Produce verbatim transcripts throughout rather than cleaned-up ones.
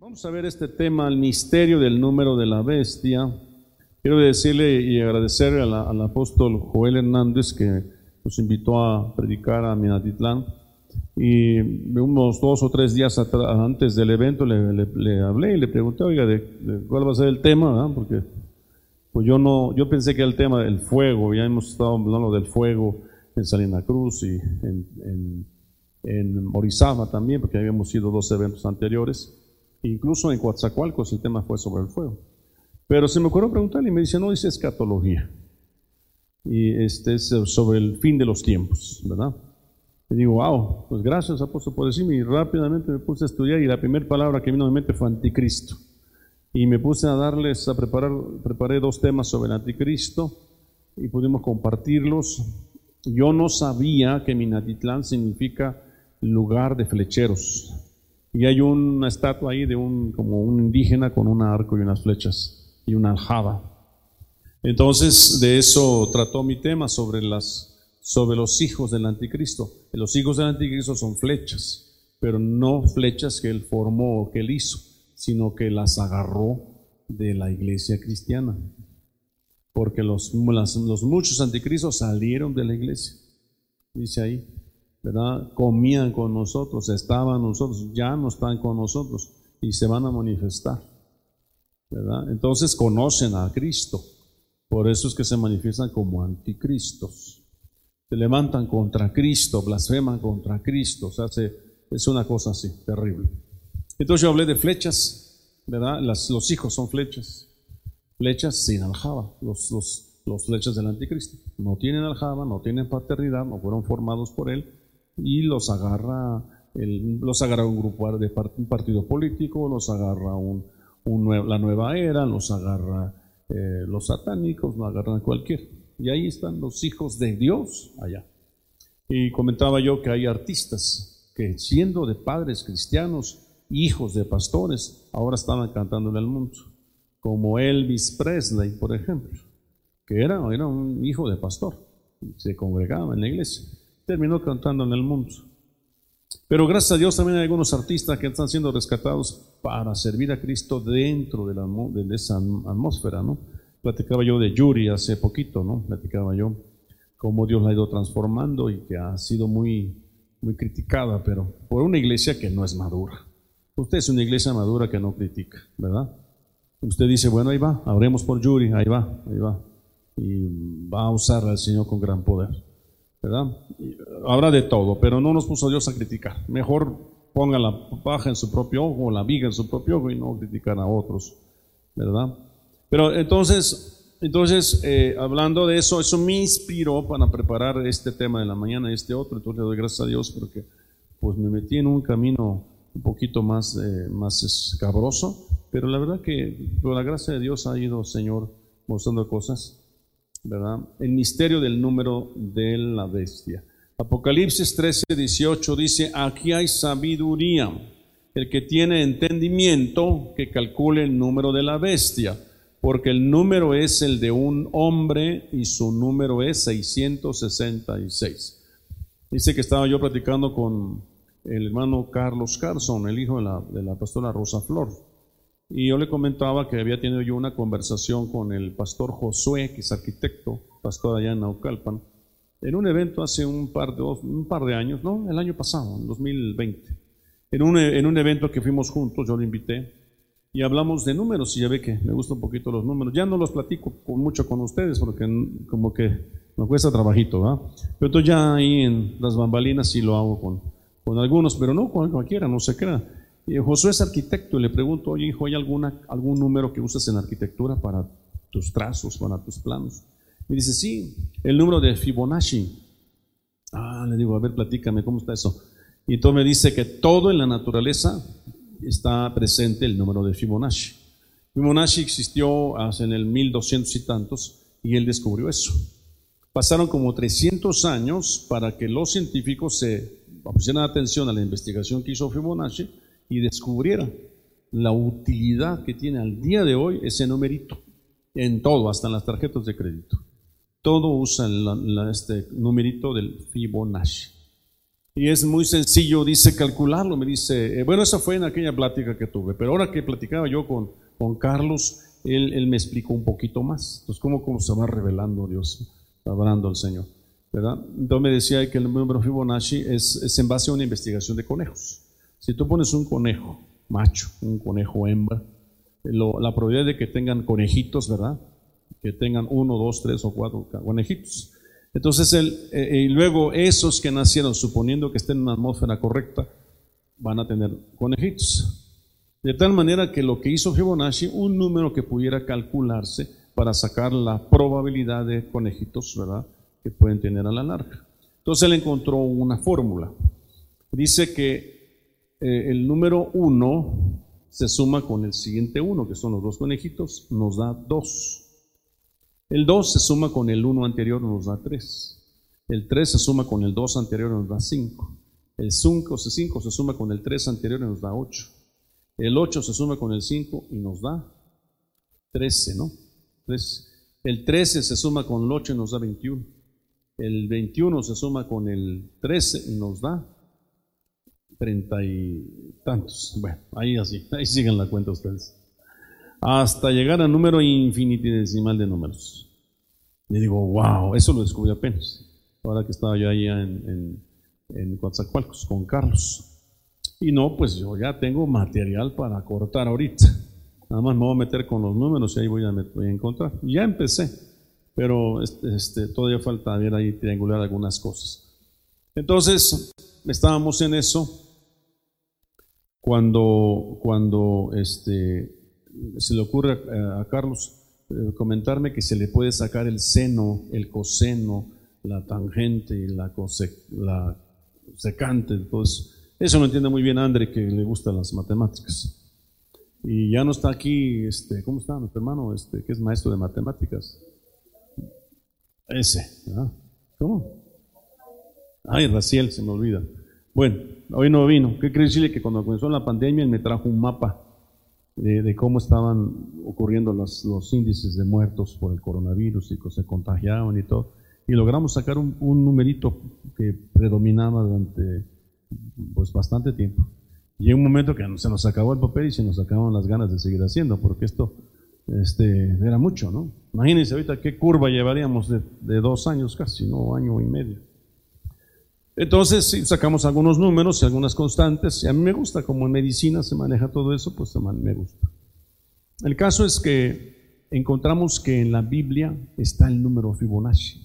Vamos a ver este tema, el misterio del número de la bestia. Quiero decirle y agradecer a la, al apóstol Joel Hernández que nos invitó a predicar a Minatitlán. Y unos dos o tres días atrás, antes del evento le, le, le hablé y le pregunté, oiga, ¿de, de cuál va a ser el tema? ¿verdad? Porque pues yo no, yo pensé que era el tema del fuego. Ya hemos estado hablando del fuego en Salina Cruz y en, en, en Orizaba también, porque habíamos ido dos eventos anteriores. Incluso en Coatzacoalcos el tema fue sobre el fuego. Pero se me ocurrió preguntarle y me dice, no, dice escatología. Y este es sobre el fin de los tiempos, ¿verdad? Y digo, wow, pues gracias, apóstol, por decirme. Y rápidamente me puse a estudiar y la primera palabra que vino a mi mente fue anticristo. Y me puse a darles, a preparar, preparé dos temas sobre el anticristo y pudimos compartirlos. Yo no sabía que Minatitlán significa lugar de flecheros. Y hay una estatua ahí de un, como un indígena con un arco y unas flechas y una aljaba. Entonces, de eso trató mi tema sobre las, sobre los hijos del anticristo. Los hijos del anticristo son flechas, pero no flechas que él formó o que él hizo, sino que las agarró de la iglesia cristiana. Porque los, las, los muchos anticristos salieron de la iglesia, dice ahí. ¿verdad? Comían con nosotros, estaban nosotros, ya no están con nosotros y se van a manifestar, ¿verdad? Entonces conocen a Cristo, por eso es que se manifiestan como anticristos, se levantan contra Cristo, blasfeman contra Cristo, o sea, se, es una cosa así, terrible. Entonces yo hablé de flechas, ¿verdad? Las, los hijos son flechas, flechas sin aljaba, los, los, los flechas del anticristo, no tienen aljaba, no tienen paternidad, no fueron formados por él, y los agarra, el, los agarra un grupo de part, un partido político, los agarra un, un nuevo, la nueva era, los agarra eh, los satánicos, los agarran cualquier. Y ahí están los hijos de Dios allá. Y comentaba yo que hay artistas que siendo de padres cristianos, hijos de pastores, ahora estaban cantándole al mundo. Como Elvis Presley, por ejemplo, que era, era un hijo de pastor, se congregaba en la iglesia. Terminó cantando en el mundo. Pero gracias a Dios también hay algunos artistas que están siendo rescatados para servir a Cristo dentro de, la, de esa atmósfera, ¿no? Platicaba yo de Yuri hace poquito, ¿no? Platicaba yo cómo Dios la ha ido transformando y que ha sido muy, muy criticada, pero por una iglesia que no es madura. Usted es una iglesia madura que no critica, ¿verdad? Usted dice, bueno, ahí va, oremos por Yuri, ahí va, ahí va. Y va a usar al Señor con gran poder, ¿verdad? Habrá de todo, pero no nos puso Dios a criticar. Mejor ponga la paja en su propio ojo, la viga en su propio ojo y no criticar a otros, ¿verdad? Pero entonces, entonces eh, hablando de eso, eso me inspiró para preparar este tema de la mañana y este otro. Entonces le doy gracias a Dios porque pues me metí en un camino un poquito más, eh, más escabroso, pero la verdad que por la gracia de Dios ha ido, Señor, mostrando cosas, ¿verdad? El misterio del número de la bestia. Apocalipsis trece, dieciocho dice, aquí hay sabiduría, el que tiene entendimiento que calcule el número de la bestia, porque el número es el de un hombre y su número es seiscientos sesenta y seis. Dice que estaba yo platicando con el hermano Carlos Carson, el hijo de la, de la pastora Rosa Flor, y yo le comentaba que había tenido yo una conversación con el pastor Josué, que es arquitecto, pastor allá en Naucalpan, en un evento hace un par de, un par de años, ¿no? El año pasado, en dos mil veinte, en un, en un evento que fuimos juntos, yo lo invité, y hablamos de números, y ya ve que me gustan un poquito los números. Ya no los platico con, mucho con ustedes, porque como que me cuesta trabajito, ¿verdad? Pero entonces ya ahí en las bambalinas sí lo hago con, con algunos, pero no con cualquiera, no se crea. Y Josué es arquitecto y le pregunto, oye hijo, ¿hay alguna, algún número que usas en arquitectura para tus trazos, para tus planos? Me dice, sí, el número de Fibonacci. Ah, le digo, a ver, platícame, ¿cómo está eso? Y entonces me dice que todo en la naturaleza está presente el número de Fibonacci. Fibonacci existió hace en el mil doscientos y tantos y él descubrió eso. Pasaron como trescientos años para que los científicos se pusieran atención a la investigación que hizo Fibonacci y descubriera la utilidad que tiene al día de hoy ese numerito, en todo, hasta en las tarjetas de crédito. Todo usa la, la, este numerito del Fibonacci. Y es muy sencillo, dice, calcularlo. Me dice, eh, bueno, eso fue en aquella plática que tuve, pero ahora que platicaba yo con, con Carlos, él, él me explicó un poquito más. Entonces, ¿cómo, cómo se va revelando Dios, hablando al Señor? ¿Verdad? Entonces me decía que el número Fibonacci es, es en base a una investigación de conejos. Si tú pones un conejo macho, un conejo hembra, lo, la probabilidad de que tengan conejitos, ¿verdad? Que tengan uno, dos, tres o cuatro conejitos. Entonces, el, eh, y luego esos que nacieron, suponiendo que estén en una atmósfera correcta, van a tener conejitos. De tal manera que lo que hizo Fibonacci, un número que pudiera calcularse para sacar la probabilidad de conejitos, ¿verdad?, que pueden tener a la larga. Entonces él encontró una fórmula. Dice que eh, el número uno se suma con el siguiente uno, que son los dos conejitos, nos da dos. El dos se suma con el uno anterior, nos da tres. El tres se suma con el dos anterior, nos da cinco. El cinco se suma con el tres anterior y nos da ocho. El ocho se suma con el cinco y nos da trece, ¿no? trece. El trece se suma con el ocho y nos da veintiuno. El veintiuno se suma con el trece y nos da treinta y tantos. Bueno, ahí así, ahí sigan la cuenta ustedes. Hasta llegar al número infinitesimal de números. Y digo, wow, eso lo descubrí apenas. Ahora que estaba yo allá en, en, en Coatzacoalcos con Carlos. Y no, pues yo ya tengo material para cortar ahorita. Nada más me voy a meter con los números y ahí voy a, voy a encontrar. Y ya empecé. Pero este, este, todavía falta ver ahí triangular algunas cosas. Entonces, estábamos en eso cuando, cuando este, se le ocurre a, a Carlos eh, comentarme que se le puede sacar el seno, el coseno, la tangente y la, cose, la secante. Entonces, eso lo entiende muy bien André, que le gustan las matemáticas. Y ya no está aquí, este, ¿cómo está nuestro hermano, este, que es maestro de matemáticas? Ese, ¿verdad? ¿Cómo? Ay, Raciel, se me olvida. Bueno, hoy no vino. ¿Qué quiere decirle? Que cuando comenzó la pandemia él me trajo un mapa de, de cómo estaban ocurriendo los, los índices de muertos por el coronavirus y que se contagiaban y todo. Y logramos sacar un, un numerito que predominaba durante pues bastante tiempo. Y en un momento que se nos acabó el papel y se nos acabaron las ganas de seguir haciendo, porque esto este, era mucho, ¿no? Imagínense ahorita qué curva llevaríamos de, de dos años casi, ¿no? Año y medio. Entonces, sí, sacamos algunos números y algunas constantes, y a mí me gusta, como en medicina se maneja todo eso, pues me gusta. El caso es que encontramos que en la Biblia está el número Fibonacci.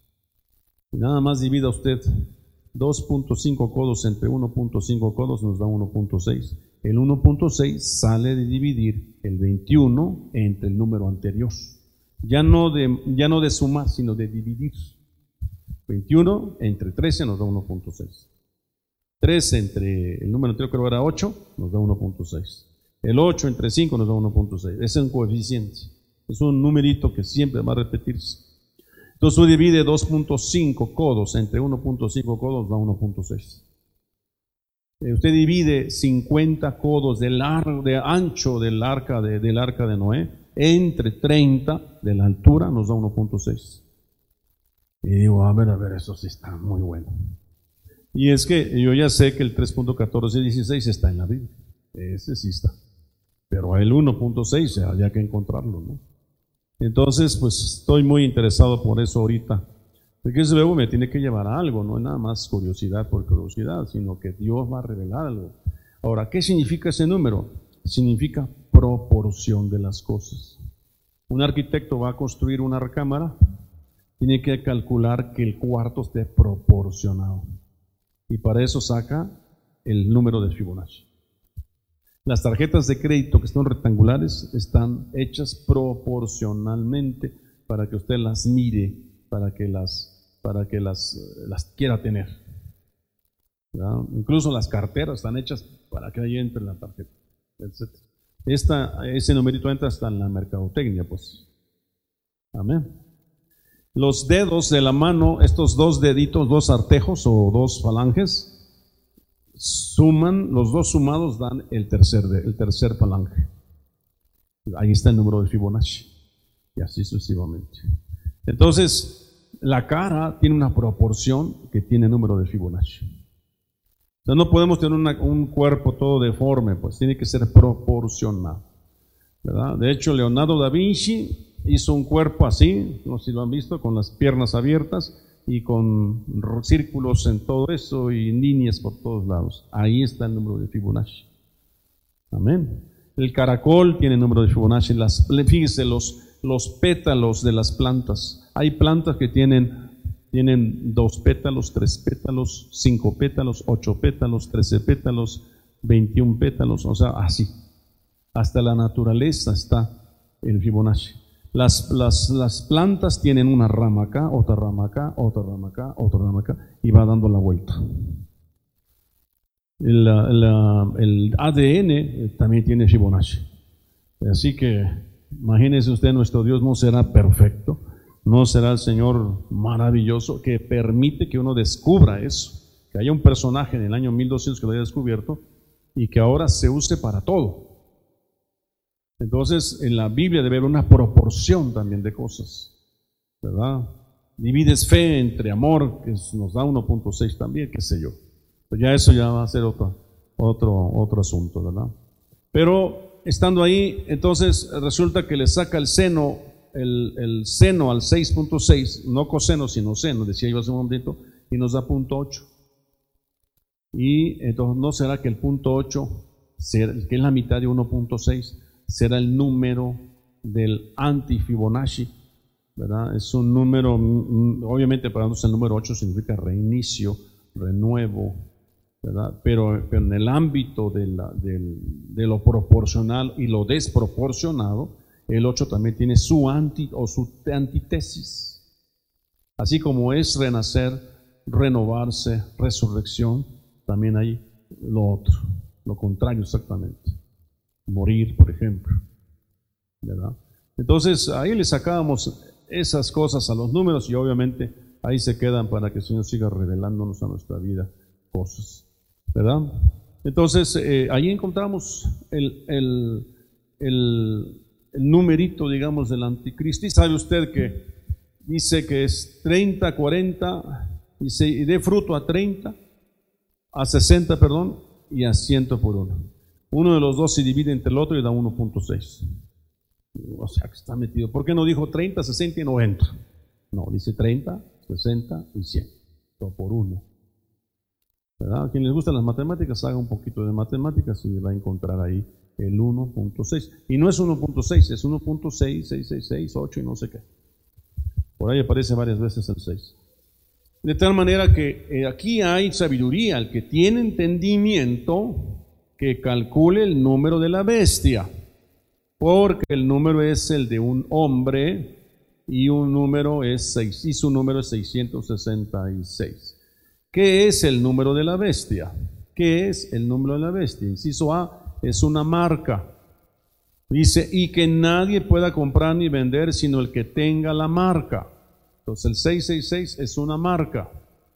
Y nada más divida usted dos punto cinco codos entre uno punto cinco codos, nos da uno punto seis. El uno punto seis sale de dividir el veintiuno entre el número anterior. Ya no de, ya no de sumar, sino de dividir. veintiuno entre trece nos da uno punto seis. trece entre el número anterior, creo que era ocho, nos da uno punto seis. El ocho entre cinco nos da uno punto seis. Ese es un coeficiente. Es un numerito que siempre va a repetirse. Entonces usted divide dos punto cinco codos entre uno punto cinco codos, da uno punto seis. Usted divide cincuenta codos de, largo, de ancho del arca de, del arca de Noé entre treinta de la altura, nos da uno punto seis. Y digo, a ver, a ver, eso sí está muy bueno. Y es que yo ya sé que el tres punto catorce dieciséis está en la Biblia. Ese sí está. Pero el uno punto seis había que encontrarlo, ¿no? Entonces, pues estoy muy interesado por eso ahorita. Porque eso luego me tiene que llevar a algo, no es nada más curiosidad por curiosidad, sino que Dios va a revelar algo. Ahora, ¿qué significa ese número? Significa proporción de las cosas. Un arquitecto va a construir una recámara, tiene que calcular que el cuarto esté proporcionado. Y para eso saca el número de Fibonacci. Las tarjetas de crédito que son rectangulares están hechas proporcionalmente para que usted las mire, para que las, para que las, las quiera tener. ¿Verdad? Incluso las carteras están hechas para que ahí entre la tarjeta, etcétera. Esta, ese numerito entra hasta en la mercadotecnia, pues. Amén. Los dedos de la mano, estos dos deditos, dos artejos o dos falanges, suman, los dos sumados dan el tercer, el tercer falange. Ahí está el número de Fibonacci. Y así sucesivamente. Entonces, la cara tiene una proporción que tiene número de Fibonacci. O sea, no podemos tener una, un cuerpo todo deforme, pues tiene que ser proporcional, ¿verdad? De hecho, Leonardo da Vinci hizo un cuerpo así, no sé si lo han visto, con las piernas abiertas y con círculos en todo eso y líneas por todos lados. Ahí está el número de Fibonacci. Amén. El caracol tiene número de Fibonacci. Las, fíjese, los, los pétalos de las plantas. Hay plantas que tienen, tienen dos pétalos, tres pétalos, cinco pétalos, ocho pétalos, trece pétalos, veintiún pétalos, o sea, así. Hasta la naturaleza está el Fibonacci. Las, las, las plantas tienen una rama acá, otra rama acá, otra rama acá, otra rama acá, y va dando la vuelta. El, la, el A D N también tiene Fibonacci. Así que imagínese usted, nuestro Dios no será perfecto, no será el Señor maravilloso que permite que uno descubra eso, que haya un personaje en el año mil doscientos que lo haya descubierto y que ahora se use para todo. Entonces, en la Biblia debe haber una proporción también de cosas, ¿verdad? Divides fe entre amor, que nos da uno punto seis también, qué sé yo. Pues ya eso ya va a ser otro, otro, otro asunto, ¿verdad? Pero estando ahí, entonces resulta que le saca el seno, el, el seno al seis punto seis, no coseno, sino seno, decía yo hace un momentito, y nos da punto ocho. Y entonces, ¿no será que el punto ocho, que es la mitad de uno punto seis, será el número del anti-Fibonacci, ¿verdad? Es un número, obviamente para nosotros el número ocho significa reinicio, renuevo, ¿verdad? Pero, pero en el ámbito de, la, de, de lo proporcional y lo desproporcionado, el ocho también tiene su anti o su antítesis. Así como es renacer, renovarse, resurrección, también hay lo otro, lo contrario exactamente. Morir, por ejemplo, ¿verdad? Entonces ahí le sacábamos esas cosas a los números y obviamente ahí se quedan para que el Señor siga revelándonos a nuestra vida cosas, ¿verdad? Entonces eh, ahí encontramos el, el, el, el numerito, digamos, del anticristo. Y sabe usted que dice que es treinta, cuarenta, y, se, y dé fruto a treinta, a sesenta, perdón, y a cien por uno. Uno de los dos se divide entre el otro y da uno punto seis. O sea que está metido. ¿Por qué no dijo treinta, sesenta y noventa? No, dice treinta, sesenta y cien. Todo por uno. ¿Verdad? A quien les gustan las matemáticas, haga un poquito de matemáticas y va a encontrar ahí el uno punto seis. Y no es uno punto seis, es uno punto seis, seis, seis, seis, ocho y no sé qué. Por ahí aparece varias veces el seis. De tal manera que eh, aquí hay sabiduría. El que tiene entendimiento, que calcule el número de la bestia, porque el número es el de un hombre y un número es seis, y su número es seiscientos sesenta y seis. ¿Qué es el número de la bestia? ¿Qué es el número de la bestia? Inciso A, es una marca. Dice, y que nadie pueda comprar ni vender sino el que tenga la marca. Entonces el seiscientos sesenta y seis es una marca.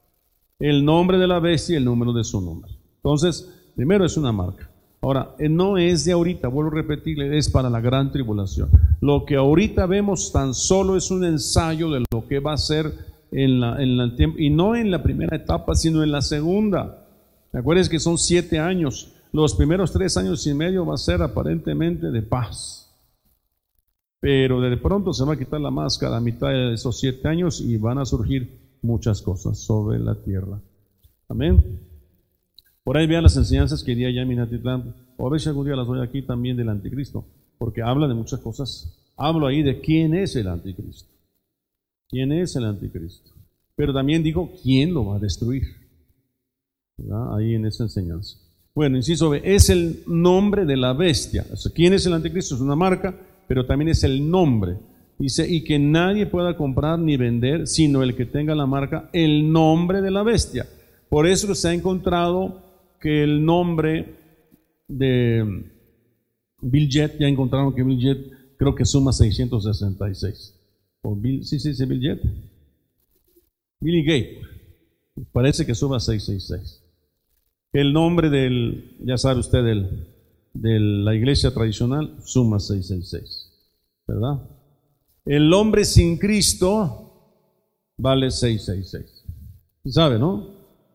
El nombre de la bestia y el número de su número. Entonces, primero es una marca. Ahora, no es de ahorita, vuelvo a repetirle, es para la gran tribulación. Lo que ahorita vemos tan solo es un ensayo de lo que va a ser en la, en la tiempo, y no en la primera etapa, sino en la segunda. Acuérdense que son siete años. Los primeros tres años y medio va a ser aparentemente de paz. Pero de pronto se va a quitar la máscara a mitad de esos siete años y van a surgir muchas cosas sobre la tierra. Amén. Por ahí vean las enseñanzas que di allá en Minatitlán, o a ver si algún día las doy aquí también del anticristo, porque habla de muchas cosas. Hablo ahí de quién es el anticristo. ¿Quién es el anticristo? Pero también digo quién lo va a destruir. ¿Verdad? Ahí en esa enseñanza. Bueno, inciso B, es el nombre de la bestia. O sea, ¿quién es el anticristo? Es una marca, pero también es el nombre. Dice, y que nadie pueda comprar ni vender, sino el que tenga la marca, el nombre de la bestia. Por eso se ha encontrado que el nombre de Bill Gates, ya encontraron que Bill Gates creo que suma seiscientos sesenta y seis. O Bill, sí, sí, sí, Bill Gates. Billy Gates, parece que suma seiscientos sesenta y seis. El nombre del, ya sabe usted, del, de la iglesia tradicional suma seiscientos sesenta y seis, ¿verdad? El hombre sin Cristo vale seiscientos sesenta y seis. ¿Sí sabe, no?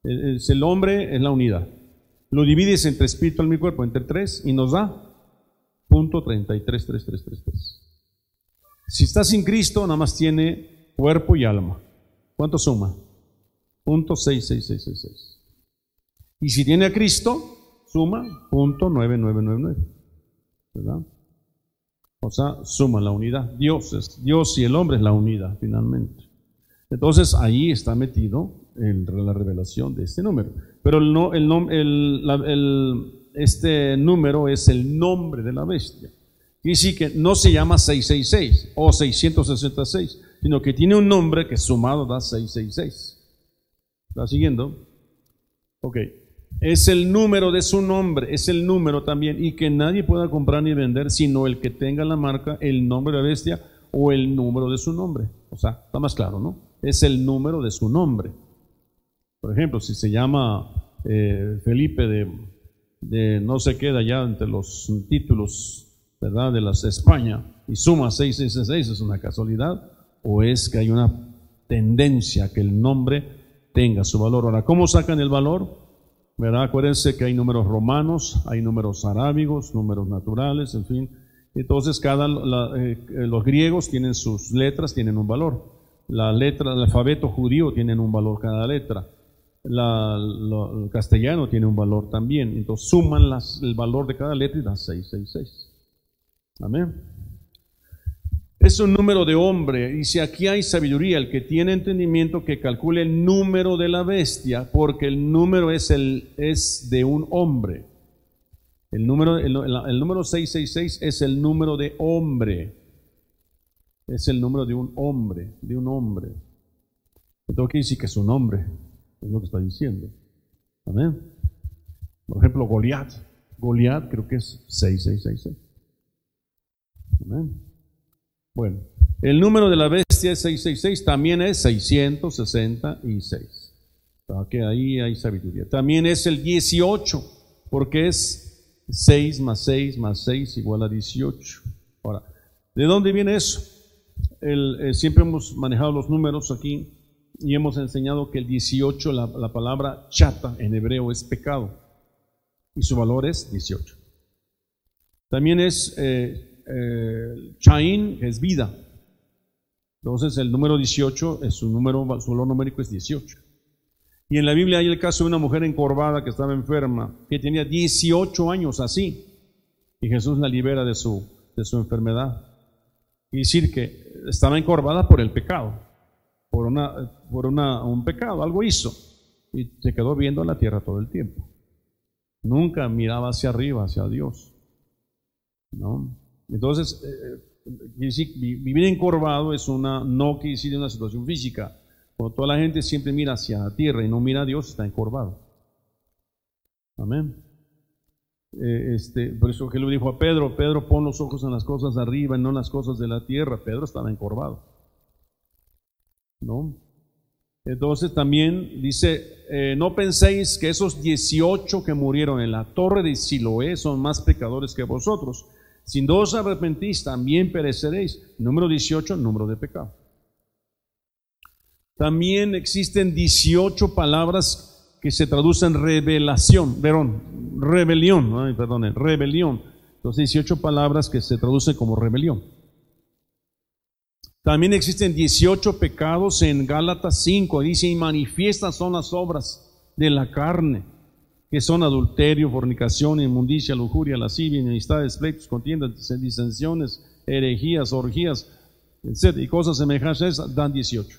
Es el hombre, es la unidad. Lo divides entre espíritu, alma y cuerpo, entre tres, y nos da punto treinta y tres, tres, tres, tres, tres. Si está sin Cristo, nada más tiene cuerpo y alma. ¿Cuánto suma? Punto seis, seis, seis, seis, seis. Y si tiene a Cristo, suma punto nueve, nueve, nueve, nueve. ¿Verdad? O sea, suma la unidad. Dios es Dios y el hombre es la unidad, finalmente. Entonces, ahí está metido el, la revelación de este número. Pero el, no, el, el, la, el, este número es el nombre de la bestia. Quiere decir que no se llama seiscientos sesenta y seis o seiscientos sesenta y seis, sino que tiene un nombre que sumado da seiscientos sesenta y seis. ¿Está siguiendo? Ok. Es el número de su nombre, es el número también, y que nadie pueda comprar ni vender sino el que tenga la marca, el nombre de la bestia o el número de su nombre. O sea, está más claro, ¿no? Es el número de su nombre. Por ejemplo, si se llama eh, Felipe de, de no sé qué de allá entre los títulos, ¿verdad?, de las España, y suma seiscientos sesenta y seis, ¿es una casualidad? ¿O es que hay una tendencia a que el nombre tenga su valor? Ahora, ¿cómo sacan el valor? ¿Verdad? Acuérdense que hay números romanos, hay números arábigos, números naturales, en fin. Entonces, cada, la, eh, los griegos tienen sus letras, tienen un valor. La letra del alfabeto judío tienen un valor cada letra. La, la, el castellano tiene un valor también. Entonces, suman las, el valor de cada letra y da seiscientos sesenta y seis. Amén. Es un número de hombre. Dice, aquí hay sabiduría, el que tiene entendimiento que calcule el número de la bestia, porque el número es, el, es de un hombre. El número, el, el número seiscientos sesenta y seis es el número de hombre. Es el número de un hombre, de un hombre. Entonces quiere decir que es un hombre, es lo que está diciendo. Amén. Por ejemplo, Goliat. Goliat creo que es seiscientos sesenta y seis. Amén. Bueno, el número de la bestia es seiscientos sesenta y seis, también es seiscientos sesenta y seis. O que ahí hay sabiduría. También es el dieciocho, porque es seis más seis más seis igual a dieciocho. Ahora, ¿de dónde viene eso? El, eh, siempre hemos manejado los números aquí y hemos enseñado que el dieciocho, la, la palabra chata en hebreo es pecado y su valor es dieciocho. También es eh, eh, chain, que es vida. Entonces el número dieciocho es su número, su valor numérico es dieciocho. Y en la Biblia hay el caso de una mujer encorvada que estaba enferma, que tenía dieciocho años así, y Jesús la libera de su, de su enfermedad. Y decir que estaba encorvada por el pecado, por, una, por una, un pecado, algo hizo, y se quedó viendo la tierra todo el tiempo. Nunca miraba hacia arriba, hacia Dios, ¿no? Entonces, eh, decir, vivir encorvado es una, no quiere decir una situación física. Cuando toda la gente siempre mira hacia la tierra y no mira a Dios, está encorvado. Amén. Eh, este, por eso que le dijo a Pedro, Pedro, pon los ojos en las cosas de arriba y no en las cosas de la tierra. Pedro estaba encorvado, ¿no? Entonces también dice, eh, no penséis que esos dieciocho que murieron en la torre de Siloé son más pecadores que vosotros. Si no os arrepentís, también pereceréis. Número dieciocho, número de pecado. También existen dieciocho palabras que se traducen revelación, perdón, rebelión, ay, perdón, rebelión. Entonces dieciocho palabras que se traducen como rebelión. También existen dieciocho pecados en Gálatas cinco, dice, y manifiestas son las obras de la carne, que son adulterio, fornicación, inmundicia, lujuria, lascivia, enemistades, pleitos, contiendas, disensiones, herejías, orgías, etcétera, y cosas semejantes a esas, dan dieciocho.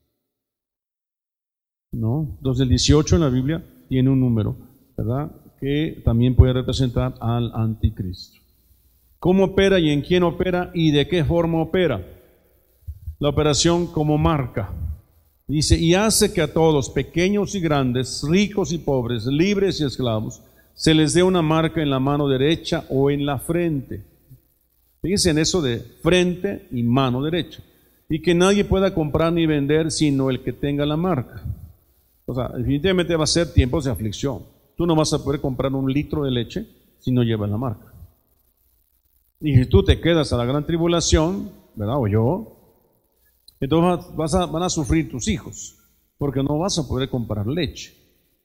¿No? Entonces el dieciocho en la Biblia tiene un número, ¿verdad?, que también puede representar al anticristo. ¿Cómo opera y en quién opera y de qué forma opera? La operación como marca. Dice, y hace que a todos, pequeños y grandes, ricos y pobres, libres y esclavos, se les dé una marca en la mano derecha o en la frente. Fíjense en eso de frente y mano derecha. Y que nadie pueda comprar ni vender sino el que tenga la marca. O sea, definitivamente va a ser tiempos de aflicción. Tú no vas a poder comprar un litro de leche si no llevas la marca. Y si tú te quedas a la gran tribulación, ¿verdad? O yo, entonces vas a, van a sufrir tus hijos, porque no vas a poder comprar leche.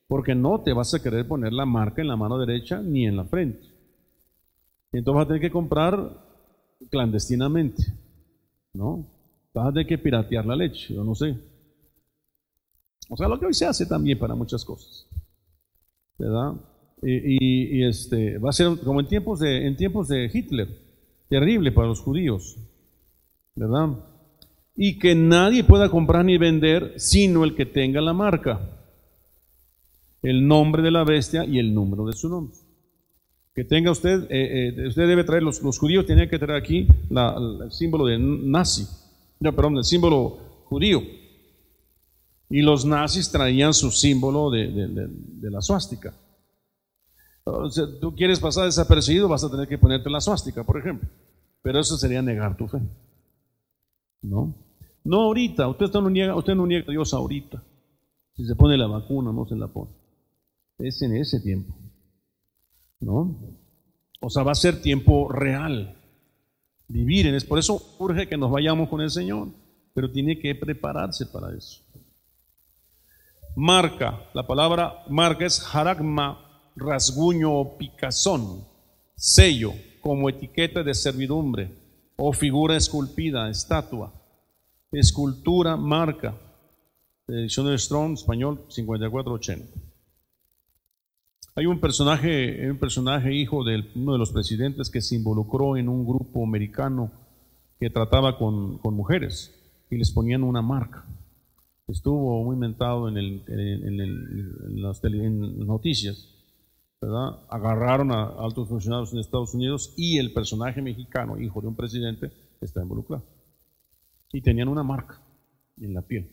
Porque no te vas a querer poner la marca en la mano derecha ni en la frente. Entonces vas a tener que comprar clandestinamente, ¿no? Vas a tener que piratear la leche, yo no sé. O sea, lo que hoy se hace también para muchas cosas, ¿verdad? Y, y, y este, va a ser como en tiempos de, en tiempos de Hitler, terrible para los judíos, ¿verdad? Y que nadie pueda comprar ni vender sino el que tenga la marca, el nombre de la bestia y el número de su nombre. Que tenga usted, eh, eh, usted debe traer, los, los judíos tenían que traer aquí la, el símbolo de nazi, no, perdón, el símbolo judío. Y los nazis traían su símbolo de, de, de, de la suástica. O sea, tú quieres pasar desapercibido, vas a tener que ponerte la suástica, por ejemplo. Pero eso sería negar tu fe. ¿No? No ahorita, usted no niega, usted no niega a Dios ahorita. Si se pone la vacuna, no se la pone. Es en ese tiempo. ¿No? O sea, va a ser tiempo real. Vivir en eso. Por eso urge que nos vayamos con el Señor. Pero tiene que prepararse para eso. Marca. La palabra marca es haragma, rasguño o picazón. Sello, como etiqueta de servidumbre. O figura esculpida, estatua. Escultura, marca. Edición de Strong, español, cincuenta y cuatro ochenta. Hay un personaje, un personaje hijo de uno de los presidentes que se involucró en un grupo americano que trataba con, con mujeres y les ponían una marca. Estuvo muy mentado en, el, en, el, en, las, en las noticias, ¿verdad? Agarraron a altos funcionarios en Estados Unidos y el personaje mexicano, hijo de un presidente, está involucrado. Y tenían una marca en la piel.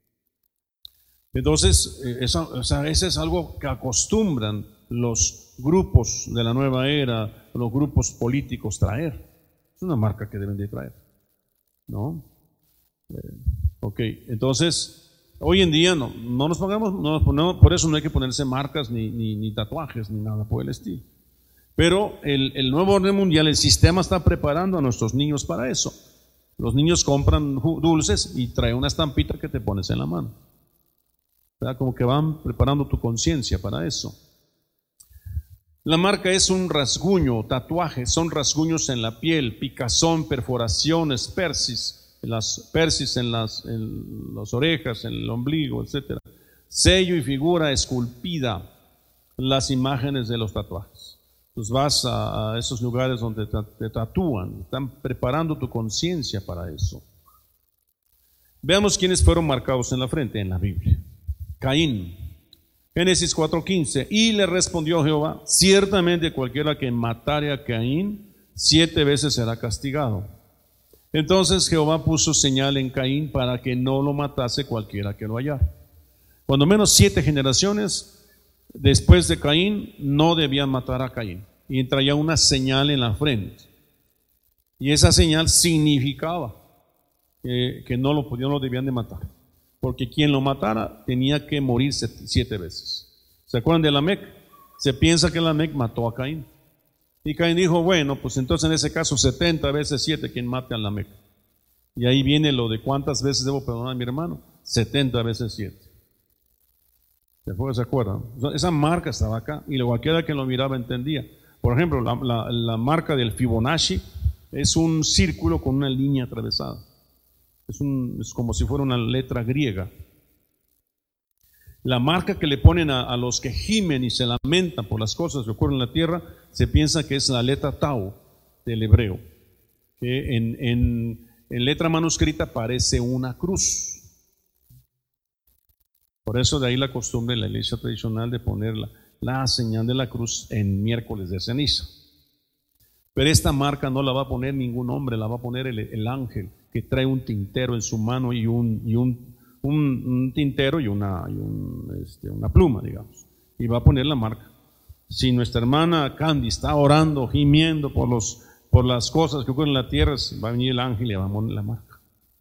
Entonces, esa, o sea, ese es algo que acostumbran los grupos de la nueva era, los grupos políticos traer. Es una marca que deben de traer, ¿no? Eh, ok, entonces, hoy en día no, no nos pongamos, no nos ponemos, por eso no hay que ponerse marcas ni, ni, ni tatuajes, ni nada por el estilo. Pero el, el nuevo orden mundial, el sistema está preparando a nuestros niños para eso. Los niños compran dulces y trae una estampita que te pones en la mano. ¿Verdad? Como que van preparando tu conciencia para eso. La marca es un rasguño, tatuaje, son rasguños en la piel, picazón, perforaciones, persis, las persis en las, en las orejas, en el ombligo, etcétera. Sello y figura esculpida, las imágenes de los tatuajes. Entonces vas a, a esos lugares donde te, te tatúan, están preparando tu conciencia para eso. Veamos quiénes fueron marcados en la frente en la Biblia. Caín, Génesis cuatro quince, y le respondió Jehová, ciertamente cualquiera que matare a Caín, siete veces será castigado. Entonces Jehová puso señal en Caín para que no lo matase cualquiera que lo hallara. Cuando menos siete generaciones después de Caín no debían matar a Caín, y traía una señal en la frente, y esa señal significaba que, que no, lo, no lo debían de matar. Porque quien lo matara tenía que morir siete veces. ¿Se acuerdan de Lamec? Se piensa que Lamec mató a Caín. Y Caín dijo, bueno, pues entonces en ese caso setenta veces siete quien mate a Lamec. Y ahí viene lo de cuántas veces debo perdonar a mi hermano. setenta veces siete. ¿Se acuerdan? Esa marca estaba acá y cualquiera que lo miraba entendía. Por ejemplo, la, la, la marca del Fibonacci es un círculo con una línea atravesada. Es, un, es como si fuera una letra griega. La marca que le ponen a, a los que gimen y se lamentan por las cosas que ocurren en la tierra, se piensa que es la letra Tau del hebreo, que en, en, en letra manuscrita parece una cruz. Por eso de ahí la costumbre de la iglesia tradicional de poner la, la señal de la cruz en miércoles de ceniza. Pero esta marca no la va a poner ningún hombre, la va a poner el, el ángel que trae un tintero en su mano y un, y un, un, un tintero y, una, y un, este, una pluma, digamos. Y va a poner la marca. Si nuestra hermana Candy está orando, gimiendo por, los, por las cosas que ocurren en la tierra, va a venir el ángel y va a poner la marca.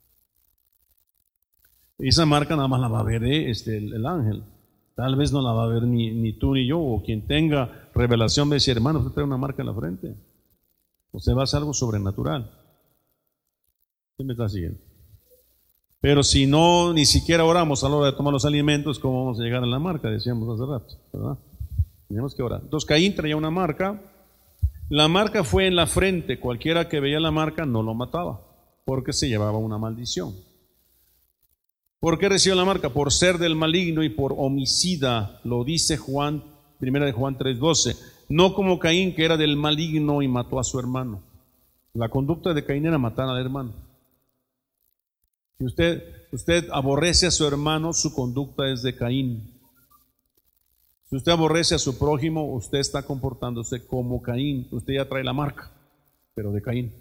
Esa marca nada más la va a ver eh, este, el, el ángel. Tal vez no la va a ver ni, ni tú ni yo, o quien tenga revelación va a decir, hermano, usted trae una marca en la frente. Usted va a hacer algo sobrenatural. ¿Quién me está siguiendo? Pero si no, ni siquiera oramos a la hora de tomar los alimentos, ¿cómo vamos a llegar a la marca? Decíamos hace rato, ¿verdad? Tenemos que orar. Entonces Caín traía una marca. La marca fue en la frente. Cualquiera que veía la marca no lo mataba, porque se llevaba una maldición. ¿Por qué recibió la marca? Por ser del maligno y por homicida. Lo dice Juan, primera de Juan tres doce. No como Caín, que era del maligno y mató a su hermano. La conducta de Caín era matar al hermano. Si usted, usted aborrece a su hermano, su conducta es de Caín. Si usted aborrece a su prójimo, usted está comportándose como Caín. Usted ya trae la marca, pero de Caín.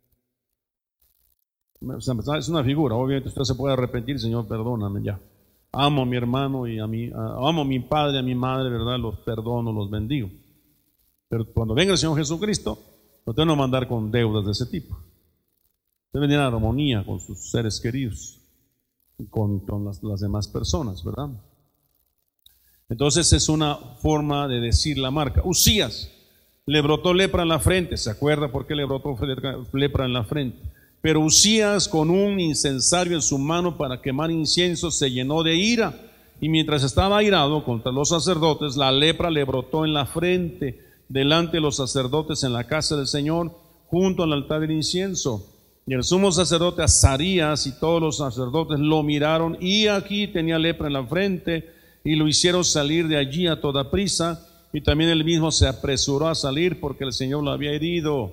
Es una figura. Obviamente usted se puede arrepentir, Señor, perdóname ya. Amo a mi hermano y a mi, amo a mi padre, a mi madre, ¿verdad? Los perdono, los bendigo. Pero cuando venga el Señor Jesucristo, no tengo que mandar con deudas de ese tipo. Debe venir en armonía con sus seres queridos, con, con las, las demás personas, ¿verdad? Entonces es una forma de decir la marca. Usías, le brotó lepra en la frente. ¿Se acuerda por qué le brotó lepra en la frente? Pero Usías, con un incensario en su mano para quemar incienso, se llenó de ira. Y mientras estaba airado contra los sacerdotes, la lepra le brotó en la frente, delante de los sacerdotes en la casa del Señor, junto al altar del incienso. Y el sumo sacerdote Azarías y todos los sacerdotes lo miraron, y aquí tenía lepra en la frente, y lo hicieron salir de allí a toda prisa, y también él mismo se apresuró a salir porque el Señor lo había herido.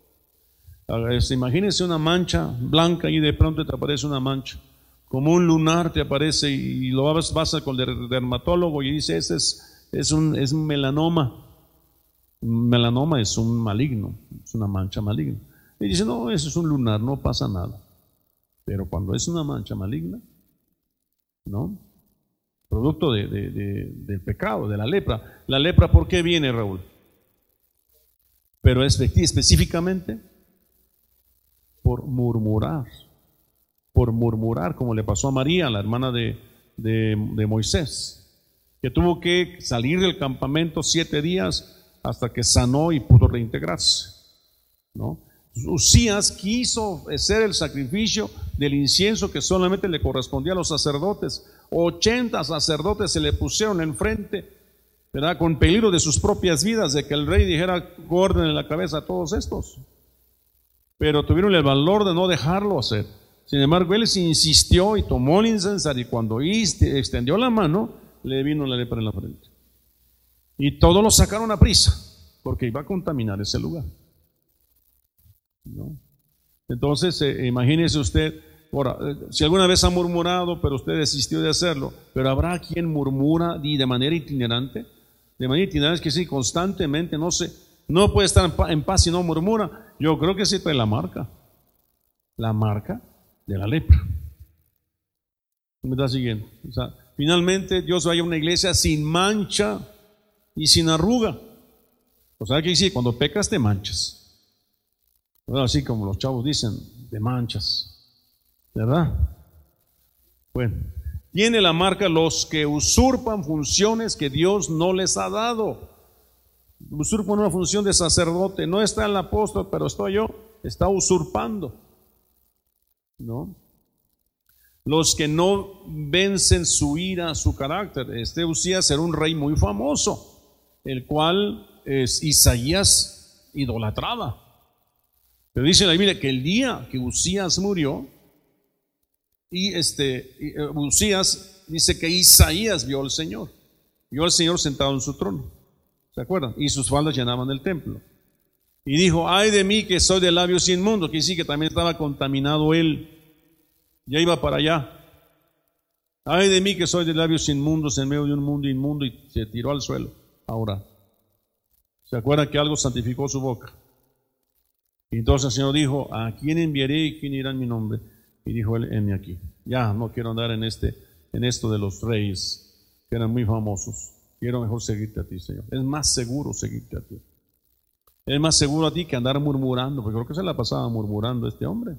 Imagínense una mancha blanca y de pronto te aparece una mancha, como un lunar te aparece, y lo vas, vas con el dermatólogo y dice, ese es, es, un, es un melanoma. Un melanoma es un maligno, es una mancha maligna. Y dice, no, eso es un lunar, no pasa nada. Pero cuando es una mancha maligna, ¿no? Producto de, de, de, del pecado, de la lepra. ¿La lepra por qué viene, Raúl? Pero es específicamente por murmurar. Por murmurar, como le pasó a María, la hermana de, de, de Moisés, que tuvo que salir del campamento siete días hasta que sanó y pudo reintegrarse, ¿no? Usías quiso hacer el sacrificio del incienso que solamente le correspondía a los sacerdotes. ochenta sacerdotes se le pusieron enfrente, ¿verdad? Con peligro de sus propias vidas, de que el rey dijera, córdenle la cabeza a todos estos. Pero tuvieron el valor de no dejarlo hacer. Sin embargo, él se insistió y tomó el incensario, y cuando extendió la mano, le vino la lepra en la frente. Y todos lo sacaron a prisa, porque iba a contaminar ese lugar, ¿no? Entonces, eh, imagínese usted, ahora, eh, si alguna vez ha murmurado, pero usted desistió de hacerlo, pero habrá quien murmura y de manera itinerante. De manera itinerante es que sí, constantemente, no sé, no puede estar en, pa en paz si no murmura. Yo creo que sí trae la marca, la marca de la lepra. ¿Me está siguiendo? O sea, finalmente Dios vaya a una iglesia sin mancha y sin arruga. O sea, que dice, cuando pecas te manchas. Así como los chavos dicen, de manchas, ¿verdad? Bueno, tiene la marca los que usurpan funciones que Dios no les ha dado. Usurpan una función de sacerdote. No está el apóstol, pero estoy yo. Está usurpando, ¿no? Los que no vencen su ira, su carácter. Este Usías era un rey muy famoso, el cual es Isaías idolatraba. Pero dice la Biblia que el día que Usías murió, y este Usías dice que Isaías vio al Señor, vio al Señor sentado en su trono, ¿se acuerdan? Y sus faldas llenaban el templo. Y dijo, ay de mí que soy de labios inmundos, que sí que también estaba contaminado él, ya iba para allá. Ay de mí que soy de labios inmundos en medio de un mundo inmundo, y se tiró al suelo. Ahora, ¿se acuerdan que algo santificó su boca? Y entonces el Señor dijo, ¿a quién enviaré y quién irá en mi nombre? Y dijo él, heme aquí. Ya no quiero andar en este, en esto de los reyes que eran muy famosos. Quiero mejor seguirte a ti, Señor. Es más seguro seguirte a ti. Es más seguro a ti que andar murmurando, porque creo que se la pasaba murmurando este hombre,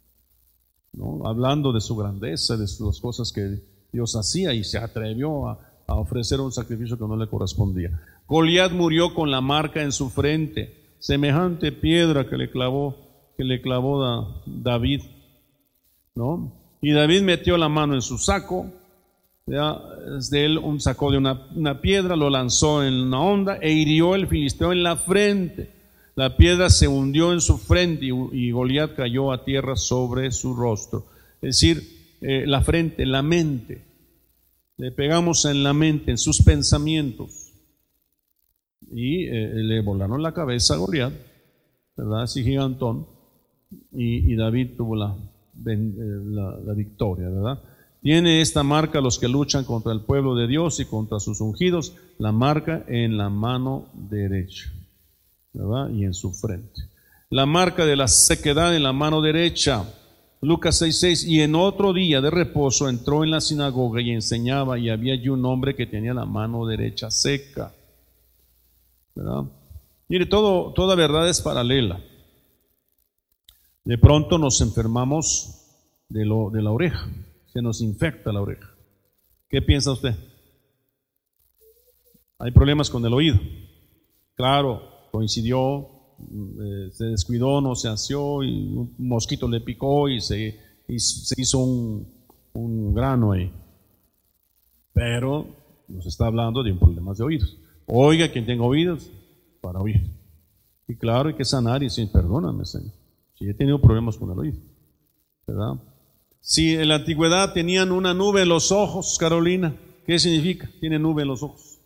¿no? Hablando de su grandeza, de las cosas que Dios hacía, y se atrevió a, a ofrecer un sacrificio que no le correspondía. Goliat murió con la marca en su frente, semejante piedra que le clavó, que le clavó da, David, ¿no? Y David metió la mano en su saco, ¿ya? De él un sacó de una, una piedra, lo lanzó en una onda e hirió el filisteo en la frente. La piedra se hundió en su frente y, y Goliat cayó a tierra sobre su rostro. Es decir, eh, la frente, la mente. Le pegamos en la mente, en sus pensamientos. Y eh, le volaron la cabeza a Goliat, ¿verdad? Así gigantón. Y, y David tuvo la, la, la victoria, ¿verdad? Tiene esta marca los que luchan contra el pueblo de Dios y contra sus ungidos, la marca en la mano derecha, ¿verdad? Y en su frente. La marca de la sequedad en la mano derecha. Lucas seis seis, y en otro día de reposo entró en la sinagoga y enseñaba, y había allí un hombre que tenía la mano derecha seca, ¿verdad? Mire, todo, toda verdad es paralela. De pronto nos enfermamos de, lo, de la oreja, se nos infecta la oreja. ¿Qué piensa usted? Hay problemas con el oído. Claro, coincidió, eh, se descuidó, no se asió y un mosquito le picó y se, y se hizo un, un grano ahí. Pero nos está hablando de un problema de oídos. Oiga, quien tenga oídos, para oír. Y claro, hay que sanar y decir, perdóname, Señor, si he tenido problemas con el oído, ¿verdad? Si en la antigüedad tenían una nube en los ojos, Carolina, ¿qué significa? Tiene nube en los ojos.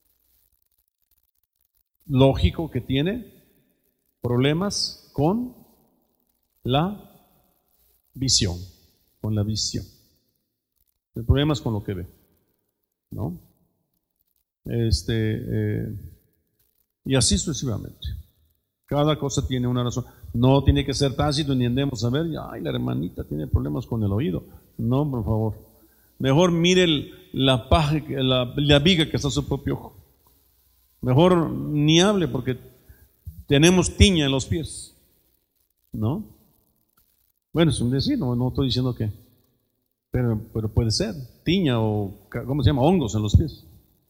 Lógico que tiene problemas con la visión, con la visión. El problema es con lo que ve, ¿no? Este, eh, y así sucesivamente. Cada cosa tiene una razón. No tiene que ser tácito ni andemos a ver, ay, la hermanita tiene problemas con el oído. No, por favor. Mejor mire el, la paja, la, la viga que está en su propio ojo. Mejor ni hable porque tenemos tiña en los pies, ¿no? Bueno, es un decir, no, no estoy diciendo que, pero, pero puede ser tiña o, ¿cómo se llama? Hongos en los pies,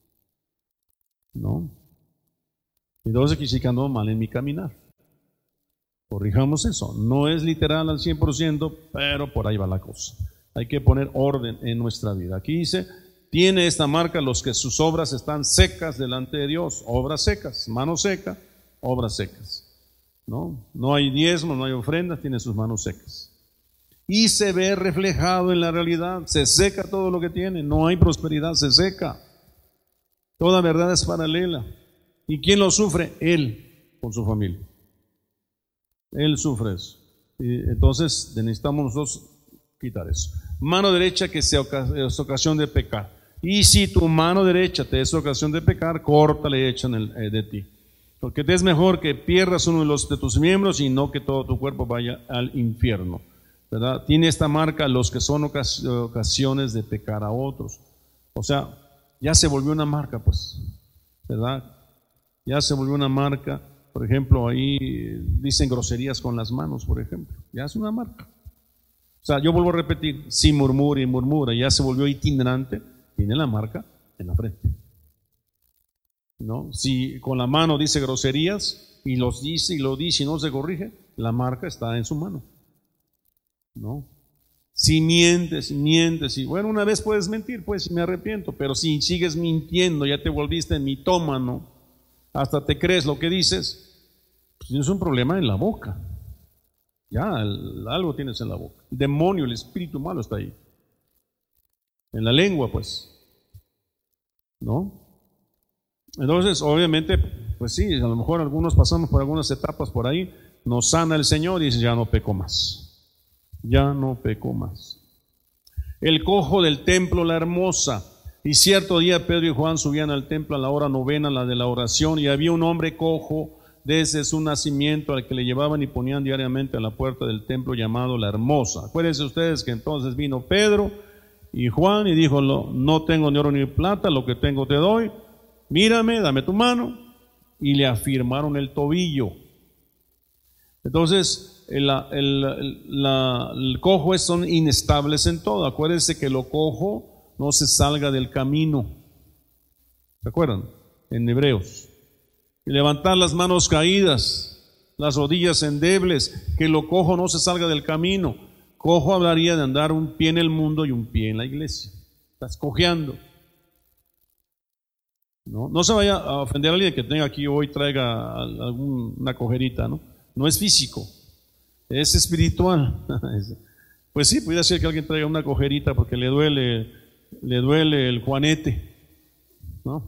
¿no? Entonces quisiera que ando mal en mi caminar. Corrijamos eso. No es literal al cien por ciento, pero por ahí va la cosa. Hay que poner orden en nuestra vida. Aquí dice, tiene esta marca los que sus obras están secas delante de Dios. Obras secas, mano seca, obras secas. No, no hay diezmo, no hay ofrendas, tiene sus manos secas. Y se ve reflejado en la realidad. Se seca todo lo que tiene. No hay prosperidad, se seca. Toda verdad es paralela. ¿Y quién lo sufre? Él, con su familia. Él sufre eso. Y entonces necesitamos nosotros quitar eso. Mano derecha que sea es ocasión de pecar. Y si tu mano derecha te es ocasión de pecar, córtale y echa de ti. Porque te es mejor que pierdas uno de, los, de tus miembros y no que todo tu cuerpo vaya al infierno, ¿verdad? Tiene esta marca los que son ocas, ocasiones de pecar a otros. O sea, ya se volvió una marca, pues, ¿verdad? Ya se volvió una marca. Por ejemplo, ahí dicen groserías con las manos, por ejemplo. Ya es una marca. O sea, yo vuelvo a repetir, si murmura y murmura, ya se volvió itinerante, tiene la marca en la frente. ¿No? Si con la mano dice groserías y los dice y lo dice y no se corrige, la marca está en su mano. ¿No? Si mientes, mientes, y bueno, una vez puedes mentir, pues me arrepiento, pero si sigues mintiendo, ya te volviste mitómano, hasta te crees lo que dices, pues tienes un problema en la boca. Ya, el, algo tienes en la boca. El demonio, el espíritu malo está ahí. En la lengua, pues. ¿No? Entonces, obviamente, pues sí, a lo mejor algunos pasamos por algunas etapas por ahí, nos sana el Señor y dice, ya no peco más. Ya no peco más. El cojo del templo, la hermosa. Y cierto día Pedro y Juan subían al templo a la hora novena, la de la oración, y había un hombre cojo desde su nacimiento al que le llevaban y ponían diariamente a la puerta del templo llamado la hermosa. Acuérdense ustedes que entonces vino Pedro y Juan y dijo, no tengo ni oro ni plata, lo que tengo te doy, mírame, dame tu mano, y le afirmaron el tobillo. Entonces, el, el, el, la, el cojo es, son inestables en todo. Acuérdense que lo cojo no se salga del camino. ¿Se acuerdan? En Hebreos. Y levantar las manos caídas, las rodillas endebles, que lo cojo no se salga del camino. cojo hablaría de andar un pie en el mundo y un pie en la iglesia. Estás cojeando. No, no se vaya a ofender a alguien que tenga aquí hoy, traiga alguna cojerita, ¿no? No es físico, es espiritual. Pues sí, puede ser que alguien traiga una cojerita porque le duele, le duele el juanete, ¿no?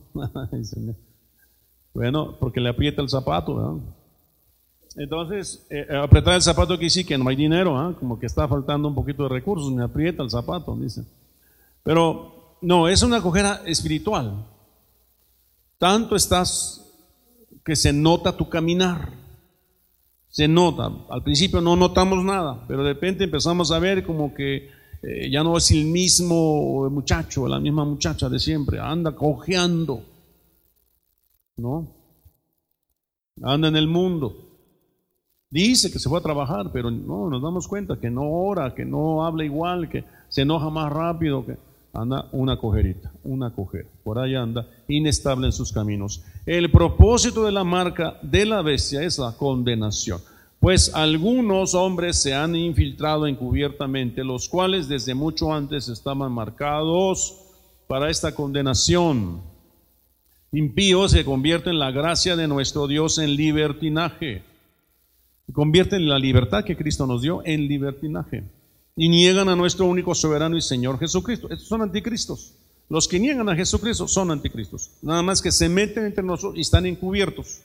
Bueno, porque le aprieta el zapato, ¿verdad? Entonces, eh, apretar el zapato aquí sí que no hay dinero, ¿eh? Como que está faltando un poquito de recursos, me aprieta el zapato, dice. Pero no, es una cojera espiritual. Tanto estás que se nota tu caminar, se nota. Al principio no notamos nada, pero de repente empezamos a ver como que eh, ya no es el mismo muchacho, la misma muchacha de siempre, anda cojeando, ¿no? Anda en el mundo. Dice que se fue a trabajar, pero no, nos damos cuenta que no ora, que no habla igual, que se enoja más rápido, que anda una cojerita, una cojera, por ahí anda, inestable en sus caminos. El propósito de la marca de la bestia es la condenación, pues algunos hombres se han infiltrado encubiertamente, los cuales desde mucho antes estaban marcados para esta condenación. Impíos que convierten la gracia de nuestro Dios en libertinaje, convierten la libertad que Cristo nos dio en libertinaje. Y niegan a nuestro único soberano y Señor Jesucristo. Estos son anticristos. Los que niegan a Jesucristo son anticristos. Nada más que se meten entre nosotros y están encubiertos.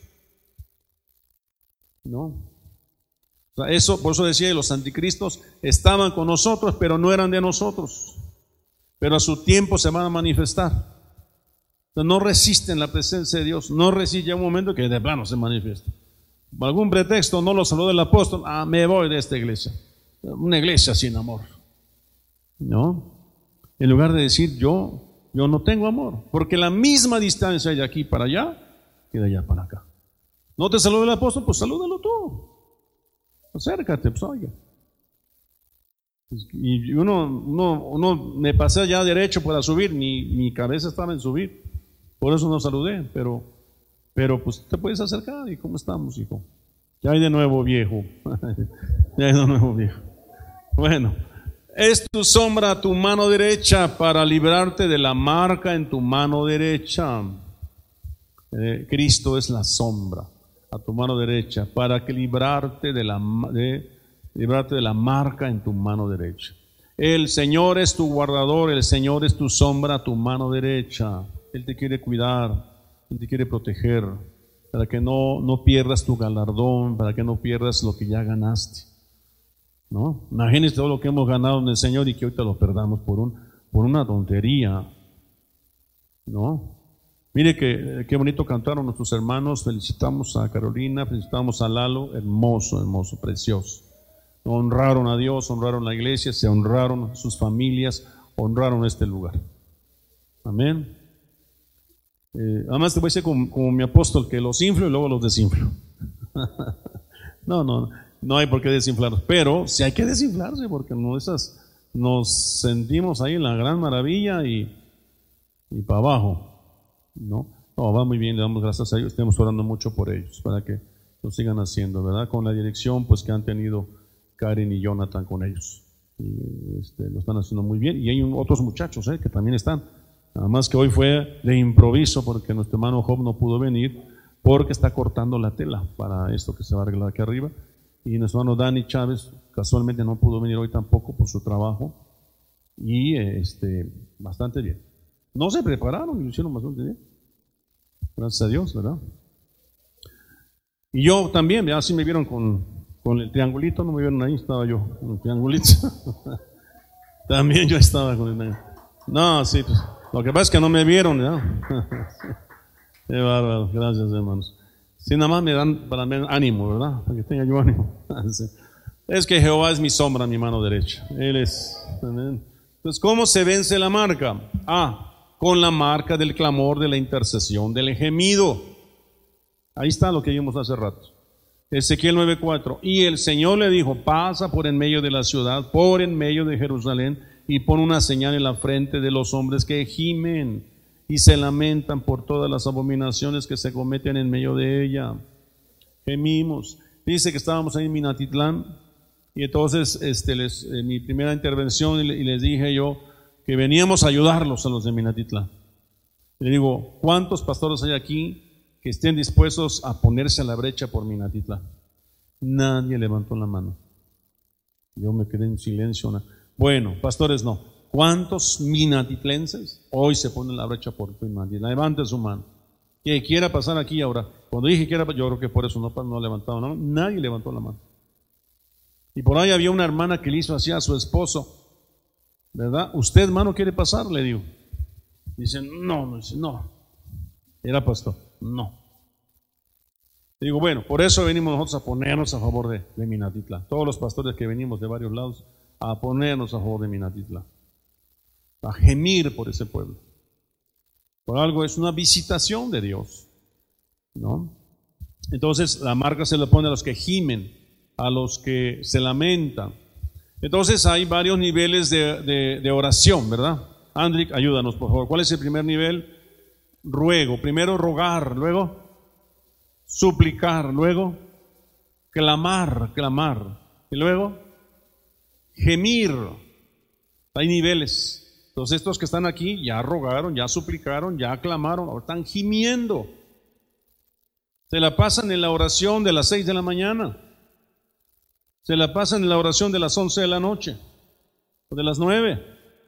¿No? O sea, eso, por eso decía, los anticristos estaban con nosotros, pero no eran de nosotros. Pero a su tiempo se van a manifestar. Entonces, no resisten la presencia de Dios. No resisten un momento que de plano se manifiesta. Por algún pretexto no lo saludó el apóstol. Ah, me voy de esta iglesia. Una iglesia sin amor, ¿no? En lugar de decir yo, yo no tengo amor, porque la misma distancia de aquí para allá que de allá para acá. ¿No te saluda el apóstol? Pues salúdalo tú. Acércate, pues oiga. Y uno, uno, uno me pasé ya derecho para subir, mi, mi cabeza estaba en subir, por eso no saludé, pero, pero pues te puedes acercar. ¿Y cómo estamos, hijo? ¿Qué hay de nuevo, viejo? ¿Qué hay de nuevo, viejo? Bueno, es tu sombra a tu mano derecha para librarte de la marca en tu mano derecha. Eh, Cristo es la sombra a tu mano derecha para que librarte de la, de, librarte de la marca en tu mano derecha. El Señor es tu guardador, el Señor es tu sombra a tu mano derecha. Él te quiere cuidar, Él te quiere proteger, para que no, no pierdas tu galardón, para que no pierdas lo que ya ganaste. ¿No? Imagínense todo lo que hemos ganado en el Señor y que ahorita lo perdamos por, un, por una tontería, ¿no? Mire que, qué bonito cantaron nuestros hermanos. Felicitamos a Carolina, felicitamos a Lalo. Hermoso, hermoso, precioso. Honraron a Dios, honraron la iglesia, se honraron sus familias, honraron este lugar. Amén. Eh, además te voy a decir como, como mi apóstol, que los inflo y luego los desinflo. No, no, no hay por qué desinflarlos, pero sí hay que desinflarse, porque no esas, nos sentimos ahí en la gran maravilla y, y para abajo, ¿no? No, va muy bien, le damos gracias a ellos, estamos orando mucho por ellos, para que lo sigan haciendo, ¿verdad? Con la dirección pues que han tenido Karen y Jonathan con ellos, y, este, lo están haciendo muy bien, y hay un, otros muchachos ¿eh? que también están, nada más que hoy fue de improviso, porque nuestro hermano Job no pudo venir, porque está cortando la tela para esto que se va a arreglar aquí arriba. Y nuestro hermano Dani Chávez casualmente no pudo venir hoy tampoco por su trabajo. Y este, bastante bien. No se prepararon, lo hicieron bastante bien. Gracias a Dios, ¿verdad? Y yo también, ya sí me vieron con, con el triangulito, no me vieron ahí, estaba yo con el triangulito. También yo estaba con el... No, sí, pues, lo que pasa es que no me vieron, ¿verdad? Qué bárbaro, gracias hermanos. Sí, nada más me dan para mí ánimo, ¿verdad? Para que tenga yo ánimo. Es que Jehová es mi sombra, mi mano derecha. Él es. Amén. Entonces, ¿cómo se vence la marca? Ah, con la marca del clamor, de la intercesión, del gemido. Ahí está lo que vimos hace rato. Ezequiel nueve cuatro. Y el Señor le dijo: pasa por en medio de la ciudad, por en medio de Jerusalén, y pon una señal en la frente de los hombres que gimen y se lamentan por todas las abominaciones que se cometen en medio de ella. Gemimos. Dice que estábamos ahí en Minatitlán Y entonces este, les, en mi primera intervención y les dije yo que veníamos a ayudarlos a los de Minatitlán. Le digo, ¿cuántos pastores hay aquí que estén dispuestos a ponerse a la brecha por Minatitlán? Nadie levantó la mano. Yo me quedé en silencio. Bueno, pastores no. ¿Cuántos minatitlenses hoy se ponen la brecha por Minatitlán? Levanten su mano. Que quiera pasar aquí ahora. Cuando dije quiera, yo creo que por eso no, no levantaron la mano. Nadie levantó la mano. Y por ahí había una hermana que le hizo así a su esposo, ¿verdad? ¿Usted, hermano, quiere pasar? Le digo. Dice, no, no, dice, no. Era pastor, no. Le digo, bueno, por eso venimos nosotros a ponernos a favor de, de Minatitlán. Todos los pastores que venimos de varios lados a ponernos a favor de Minatitlán. A gemir por ese pueblo. Por algo es una visitación de Dios, ¿no? Entonces la marca se le pone a los que gimen, a los que se lamentan. Entonces hay varios niveles de, de, de oración, ¿verdad? Andrick, ayúdanos por favor. ¿Cuál es el primer nivel? Ruego. Primero rogar, luego suplicar, luego clamar, clamar. Y luego gemir. Hay niveles. Entonces estos que están aquí ya rogaron, ya suplicaron, ya clamaron, ahora están gimiendo. Se la pasan en la oración de las seis de la mañana. Se la pasan en la oración de las once de la noche. O de las nueve.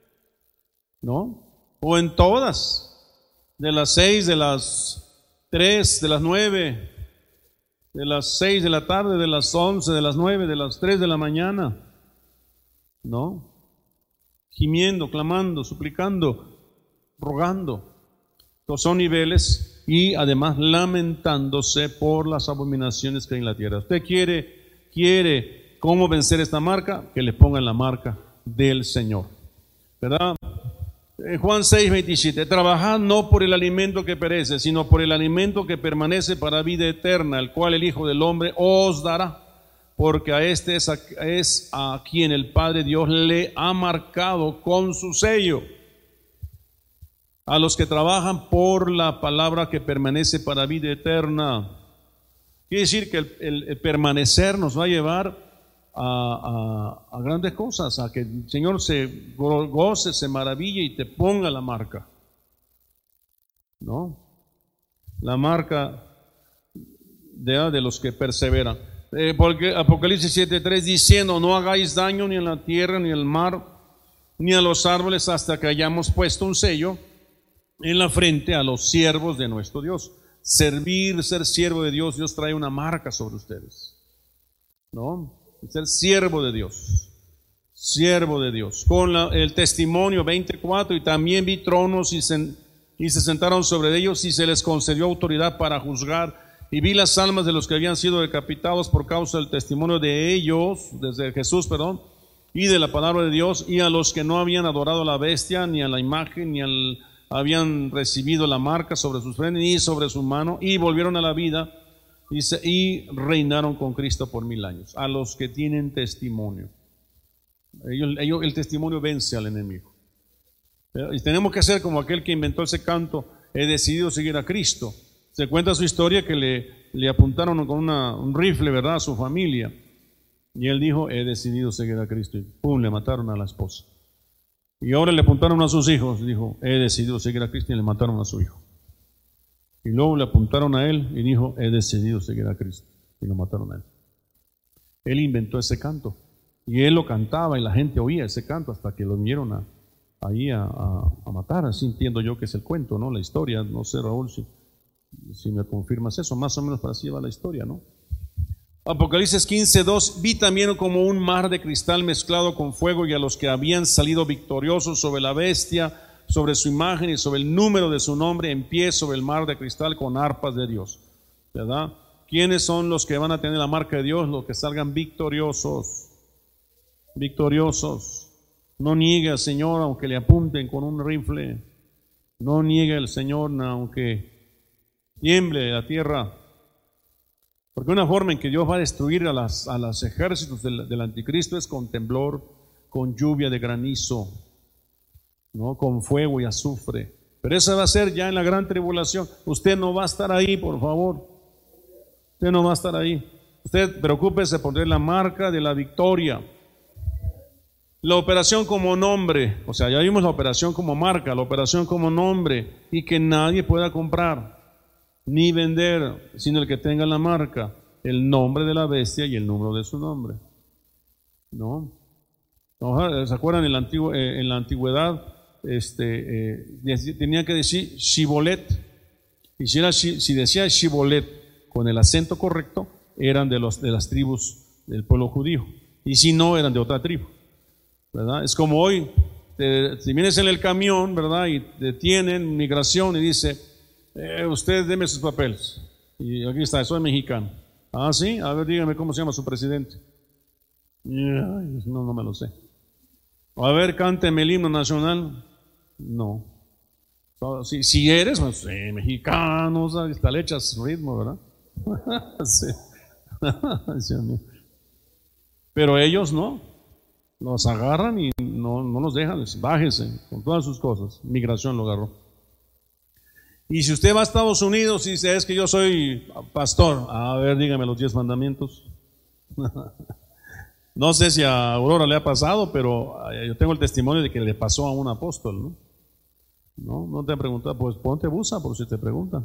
¿No? O en todas. De las seis, de las tres, de las nueve, de las seis de la tarde, de las once, de las nueve, de las tres de la mañana. ¿No? Gimiendo, clamando, suplicando, rogando. Estos son niveles y además lamentándose por las abominaciones que hay en la tierra. Usted quiere, quiere cómo vencer esta marca, que le pongan la marca del Señor. ¿Verdad? En Juan seis, veintisiete, trabajad no por el alimento que perece, sino por el alimento que permanece para vida eterna, el cual el Hijo del Hombre os dará. Porque a este es a, es a quien el Padre Dios le ha marcado con su sello. A los que trabajan por la palabra que permanece para vida eterna. Quiere decir que el, el, el permanecer nos va a llevar a, a, a grandes cosas, a que el Señor se goce, se maraville y te ponga la marca. ¿No? La marca de, de los que perseveran. Eh, porque Apocalipsis siete tres diciendo, no hagáis daño ni en la tierra, ni en el mar, ni a los árboles hasta que hayamos puesto un sello en la frente a los siervos de nuestro Dios. Servir, ser siervo de Dios, Dios trae una marca sobre ustedes, ¿no? Ser siervo de Dios, siervo de Dios, con la, el testimonio veinticuatro, y también vi tronos y se, y se sentaron sobre ellos y se les concedió autoridad para juzgar. Y vi las almas de los que habían sido decapitados por causa del testimonio de ellos, desde Jesús, perdón, y de la palabra de Dios, y a los que no habían adorado a la bestia, ni a la imagen, ni al, habían recibido la marca sobre sus frentes, ni sobre su mano, y volvieron a la vida, y, se, y reinaron con Cristo por mil años. A los que tienen testimonio. Ellos, ellos, el testimonio vence al enemigo. Y tenemos que ser como aquel que inventó ese canto, he decidido seguir a Cristo. Se cuenta su historia que le, le apuntaron con una, un rifle, ¿verdad?, a su familia. Y él dijo, he decidido seguir a Cristo. Y pum, le mataron a la esposa. Y ahora le apuntaron a sus hijos. Dijo, he decidido seguir a Cristo, y le mataron a su hijo. Y luego le apuntaron a él y dijo, he decidido seguir a Cristo. Y lo mataron a él. Él inventó ese canto. Y él lo cantaba y la gente oía ese canto hasta que lo vinieron a, ahí a, a, a matar. Así entiendo yo que es el cuento, ¿no? La historia, no sé, Raúl, si... Si me confirmas eso, más o menos para así va la historia, ¿no? Apocalipsis quince dos, vi también como un mar de cristal mezclado con fuego, y a los que habían salido victoriosos sobre la bestia, sobre su imagen y sobre el número de su nombre, en pie sobre el mar de cristal con arpas de Dios. ¿Verdad? ¿Quiénes son los que van a tener la marca de Dios? Los que salgan victoriosos. Victoriosos. No niegue al Señor aunque le apunten con un rifle. No niegue al Señor aunque tiemble la tierra, porque una forma en que Dios va a destruir a, las, a los ejércitos del, del anticristo es con temblor, con lluvia de granizo, ¿no? Con fuego y azufre. Pero esa va a ser ya en la gran tribulación. Usted no va a estar ahí, por favor. Usted no va a estar ahí. Usted preocúpese por poner la marca de la victoria. La operación como nombre, o sea, ya vimos la operación como marca, la operación como nombre, y que nadie pueda comprar ni vender, sino el que tenga la marca, el nombre de la bestia y el número de su nombre. ¿No? ¿Se acuerdan en la, antigua, eh, en la antigüedad? Este, eh, tenía que decir Shibolet, y si, era, si decía Shibolet con el acento correcto, eran de, los, de las tribus del pueblo judío, y si no, eran de otra tribu, ¿verdad? Es como hoy, te, si vienes en el camión, ¿verdad? Y detienen migración y dice, eh, usted deme sus papeles, y aquí está, soy mexicano. Ah, sí, a ver, dígame cómo se llama su presidente. Ay, no, no me lo sé. A ver, cánteme el himno nacional. No. Si, si eres, pues, sí, mexicano, hasta le echas ritmo, ¿verdad? Sí. Pero ellos no. Los agarran y no, no los dejan. Bájese con todas sus cosas. Migración lo agarró. Y si usted va a Estados Unidos y dice, es que yo soy pastor, a ver, dígame los diez mandamientos. No sé si a Aurora le ha pasado, pero yo tengo el testimonio de que le pasó a un apóstol, ¿no? No, no te han preguntado, pues ponte busa por si te preguntan.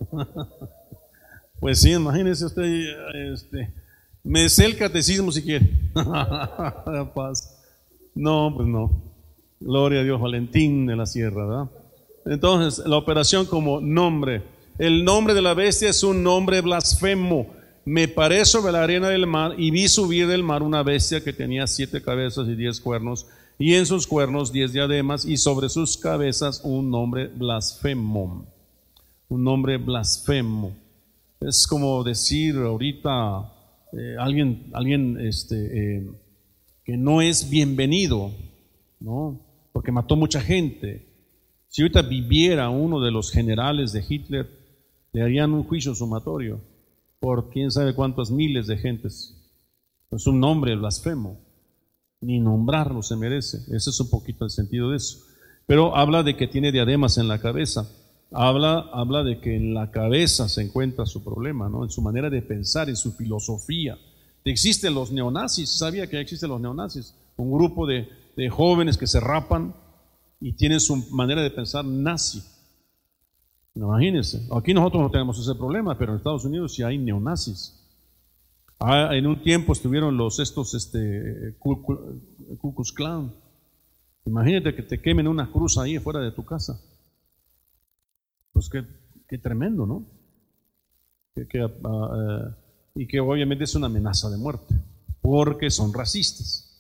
Pues sí, imagínese usted, este, me sé el catecismo si quiere. Paz. No, pues no. Gloria a Dios, Valentín de la Sierra, ¿verdad? Entonces, la operación como nombre. El nombre de la bestia es un nombre blasfemo. Me paré sobre la arena del mar y vi subir del mar una bestia que tenía siete cabezas y diez cuernos, y en sus cuernos diez diademas, y sobre sus cabezas un nombre blasfemo. Un nombre blasfemo. Es como decir ahorita eh, alguien, alguien este, eh, que no es bienvenido, ¿no? Porque mató mucha gente. Si ahorita viviera uno de los generales de Hitler, le harían un juicio sumatorio por quién sabe cuántas miles de gentes. Es un nombre blasfemo, ni nombrarlo se merece. Ese es un poquito el sentido de eso. Pero habla de que tiene diademas en la cabeza. Habla, habla de que en la cabeza se encuentra su problema, ¿no? En su manera de pensar, en su filosofía. Existen los neonazis, sabía que existen los neonazis, un grupo de, de jóvenes que se rapan y tienen su manera de pensar nazi. Imagínense, aquí nosotros no tenemos ese problema, pero en Estados Unidos sí hay neonazis. Ah, en un tiempo estuvieron los estos este, Ku Klux Klan. Imagínate que te quemen una cruz ahí fuera de tu casa. Pues qué, qué tremendo, ¿no? Que, que, uh, uh, y que obviamente es una amenaza de muerte, porque son racistas.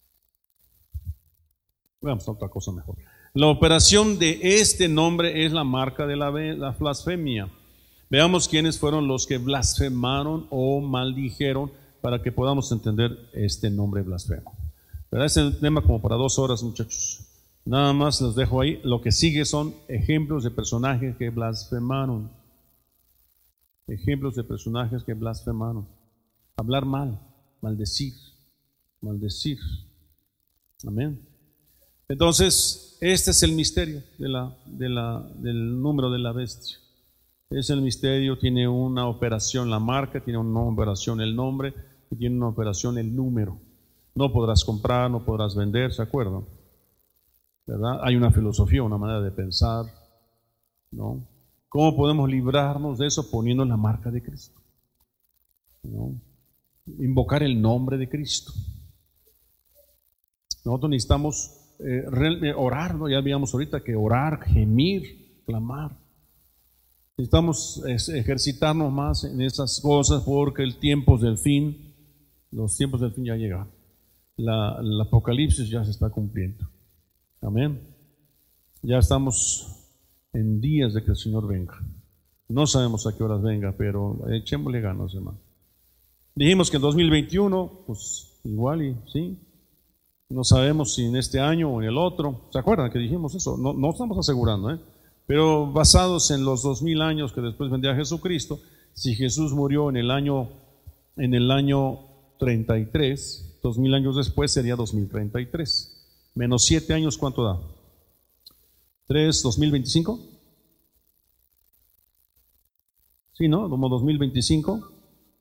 Veamos otra cosa mejor. La operación de este nombre es la marca de la, la blasfemia. Veamos quiénes fueron los que blasfemaron o maldijeron para que podamos entender este nombre blasfemo. ¿Verdad? Es el tema como para dos horas, muchachos. Nada más los dejo ahí. Lo que sigue son ejemplos de personajes que blasfemaron. Ejemplos de personajes que blasfemaron. Hablar mal, maldecir, maldecir. Amén. Entonces, este es el misterio de la, de la, del número de la bestia. Es el misterio, tiene una operación la marca, tiene una operación el nombre y tiene una operación el número. No podrás comprar, no podrás vender, ¿se acuerdan? ¿Verdad? Hay una filosofía, una manera de pensar, ¿no? ¿Cómo podemos librarnos de eso? Poniendo la marca de Cristo, ¿no? Invocar el nombre de Cristo. Nosotros necesitamos eh, orar, ¿no? Ya veíamos ahorita que orar, gemir, clamar. Necesitamos ejercitarnos más en esas cosas porque el tiempo del fin, los tiempos del fin ya llegan. La, el Apocalipsis ya se está cumpliendo. Amén. Ya estamos en días de que el Señor venga. No sabemos a qué horas venga, pero echémosle ganas, hermano. Dijimos que en dos mil veintiuno, pues igual y sí. No sabemos si en este año o en el otro. ¿Se acuerdan que dijimos eso? No, no estamos asegurando, ¿eh? Pero basados en los dos mil años que después vendría Jesucristo, si Jesús murió en el año, en el año treinta y tres, dos mil años después sería dos mil treinta y tres. Menos siete años, ¿cuánto da? ¿tres, dos mil veinticinco? Sí, ¿no? Como dos mil veinticinco.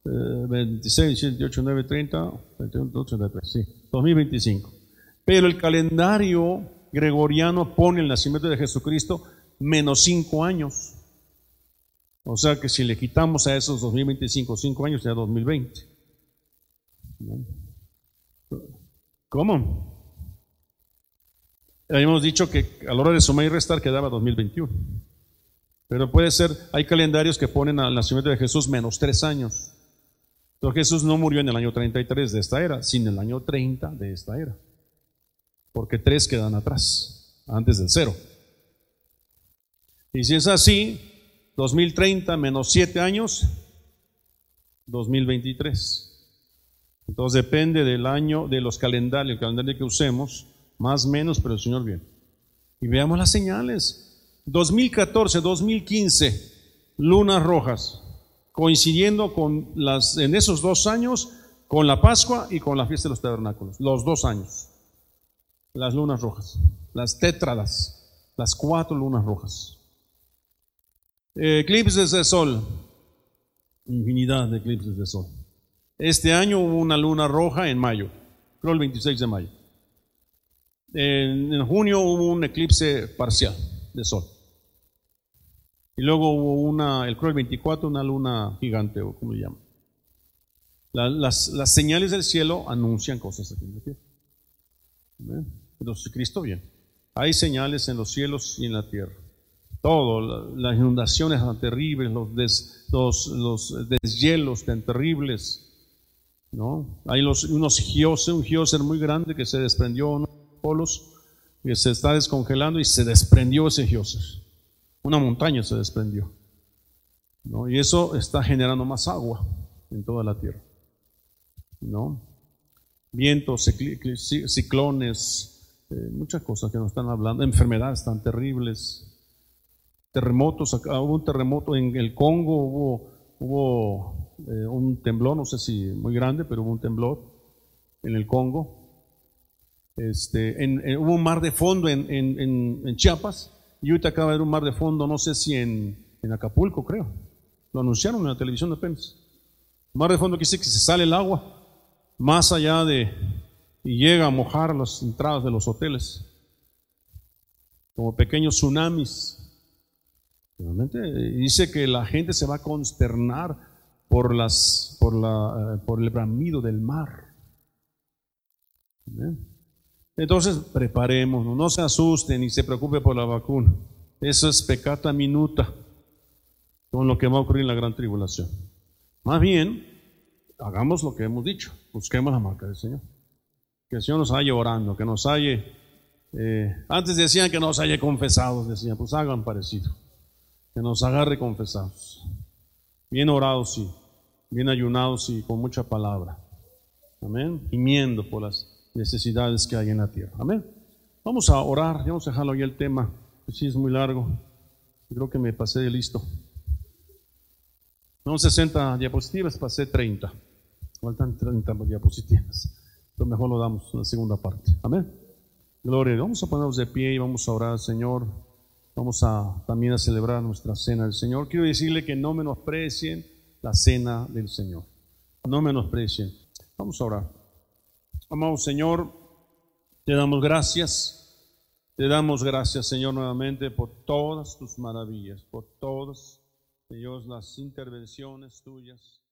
eh, veintiséis, veintisiete, veintiocho, nueve, treinta, veintiuno, veintidós, treinta y tres, sí, dos mil veinticinco. Pero el calendario gregoriano pone el nacimiento de Jesucristo menos cinco años. O sea que si le quitamos a esos dos mil veinticinco cinco años, ya dos mil veinte. ¿Cómo? Habíamos dicho que a la hora de sumar y restar quedaba dos mil veintiuno. Pero puede ser, hay calendarios que ponen al nacimiento de Jesús menos tres años. Entonces Jesús no murió en el año treinta y tres de esta era, sino en el año treinta de esta era. Porque tres quedan atrás, antes del cero. Y si es así, dos mil treinta menos siete años, dos mil veintitrés. Entonces depende del año, de los calendarios, el calendario que usemos, más o menos, pero el Señor viene. Y veamos las señales. dos mil catorce, dos mil quince, lunas rojas, coincidiendo con las, en esos dos años, con la Pascua y con la fiesta de los tabernáculos. Los dos años. Las lunas rojas, las tétradas, las cuatro lunas rojas. Eh, eclipses de sol, infinidad de eclipses de sol. Este año hubo una luna roja en mayo, creo el veintiséis de mayo. En, en junio hubo un eclipse parcial de sol. Y luego hubo una, el creo el veinticuatro, una luna gigante, o como le llaman. La, las, las señales del cielo anuncian cosas aquí en la tierra. ¿Ven? Pero Cristo viene. Hay señales en los cielos y en la tierra. Todo, la, las inundaciones tan terribles, los, des, los, los deshielos tan terribles, ¿no? Hay los, unos gioses, un gioser muy grande que se desprendió en los polos, que se está descongelando y se desprendió ese gioser. Una montaña se desprendió, ¿no? Y eso está generando más agua en toda la tierra, ¿no? Vientos, ciclones, eh, muchas cosas que nos están hablando, enfermedades tan terribles, terremotos. Acá hubo un terremoto en el Congo, hubo, hubo eh, un temblor, no sé si muy grande, pero hubo un temblor en el Congo. Este, en, en, hubo un mar de fondo en, en, en, en Chiapas, y ahorita acaba de haber un mar de fondo, no sé si en, en Acapulco, creo. Lo anunciaron en la televisión apenas. Mar de fondo que dice que se sale el agua más allá de, y llega a mojar las entradas de los hoteles, como pequeños tsunamis. Realmente dice que la gente se va a consternar por, las, por, la, por el bramido del mar. ¿Bien? Entonces preparémonos, no se asusten ni se preocupe por la vacuna. Eso es peccata minuta con lo que va a ocurrir en la gran tribulación. Más bien, hagamos lo que hemos dicho, busquemos la marca del Señor. Que el Señor nos halle orando, que nos halle, eh, antes decían que nos halle confesados, decían, pues hagan parecido, que nos agarre confesados, bien orados y bien ayunados y con mucha palabra, amén, gimiendo por las necesidades que hay en la tierra, amén. Vamos a orar, vamos a dejarlo ahí el tema, pues sí es muy largo, creo que me pasé de listo. No, sesenta diapositivas, pasé treinta. Faltan treinta diapositivas. Entonces mejor lo damos en la segunda parte. Amén. Gloria. Vamos a ponernos de pie y vamos a orar al Señor. Vamos a también a celebrar nuestra cena del Señor. Quiero decirle que no menosprecien la cena del Señor. No menosprecien. Vamos a orar. Amado Señor, te damos gracias. Te damos gracias, Señor, nuevamente por todas tus maravillas, por todas, Dios, las intervenciones tuyas.